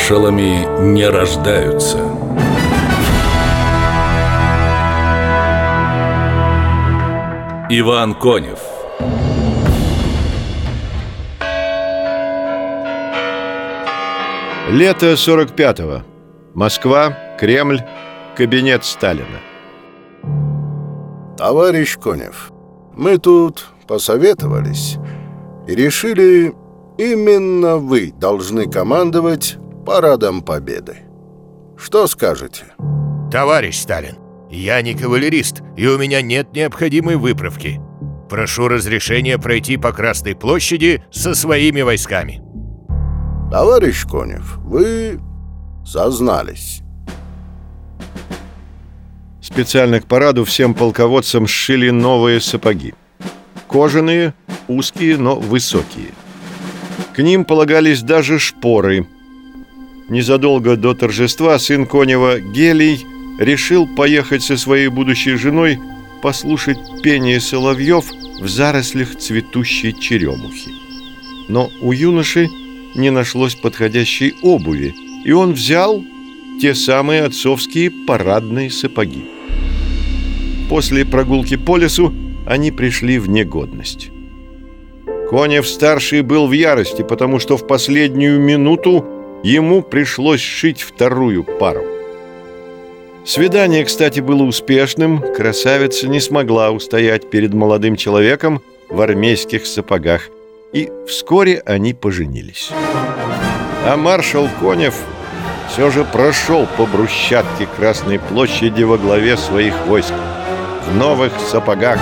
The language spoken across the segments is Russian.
Маршалами не рождаются. Иван Конев. Лето 45-го. Москва, Кремль, кабинет Сталина. Товарищ Конев, мы тут посоветовались и решили, именно вы должны командовать парадом Победы. Что скажете? Товарищ Сталин, я не кавалерист, и у меня нет необходимой выправки. Прошу разрешения пройти по Красной площади со своими войсками. Товарищ Конев, вы сознались. Специально к параду всем полководцам сшили новые сапоги. Кожаные, узкие, но высокие. К ним полагались даже шпоры. Незадолго до торжества сын Конева, Гелий, решил поехать со своей будущей женой послушать пение соловьев в зарослях цветущей черемухи. Но у юноши не нашлось подходящей обуви, и он взял те самые отцовские парадные сапоги. После прогулки по лесу они пришли в негодность. Конев-старший был в ярости, потому что в последнюю минуту ему пришлось сшить вторую пару. Свидание, кстати, было успешным. Красавица не смогла устоять перед молодым человеком в армейских сапогах, и вскоре они поженились. А маршал Конев все же прошел по брусчатке Красной площади во главе своих войск в новых сапогах.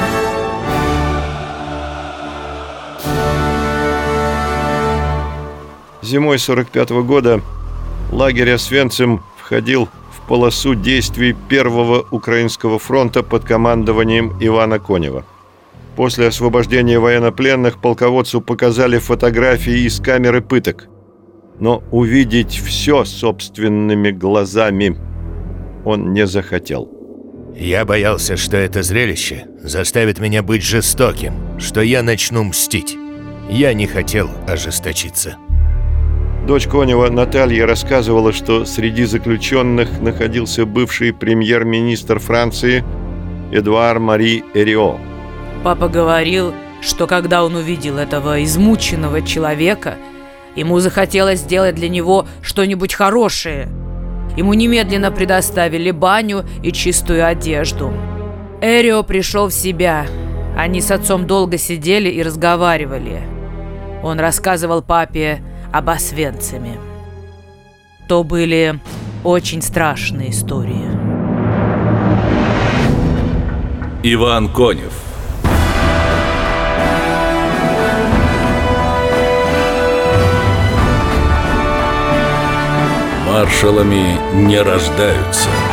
Зимой 45-го года лагерь Освенцим входил в полосу действий Первого Украинского фронта под командованием Ивана Конева. После освобождения военнопленных полководцу показали фотографии из камеры пыток. Но увидеть все собственными глазами он не захотел. Я боялся, что это зрелище заставит меня быть жестоким, что я начну мстить. Я не хотел ожесточиться. Дочь Конева Наталья рассказывала, что среди заключенных находился бывший премьер-министр Франции Эдуар Мари Эрио. Папа говорил, что когда он увидел этого измученного человека, ему захотелось сделать для него что-нибудь хорошее. Ему немедленно предоставили баню и чистую одежду. Эрио пришел в себя. Они с отцом долго сидели и разговаривали. Он рассказывал папе об Освенциме. То были очень страшные истории. Иван Конев. Маршалами не рождаются.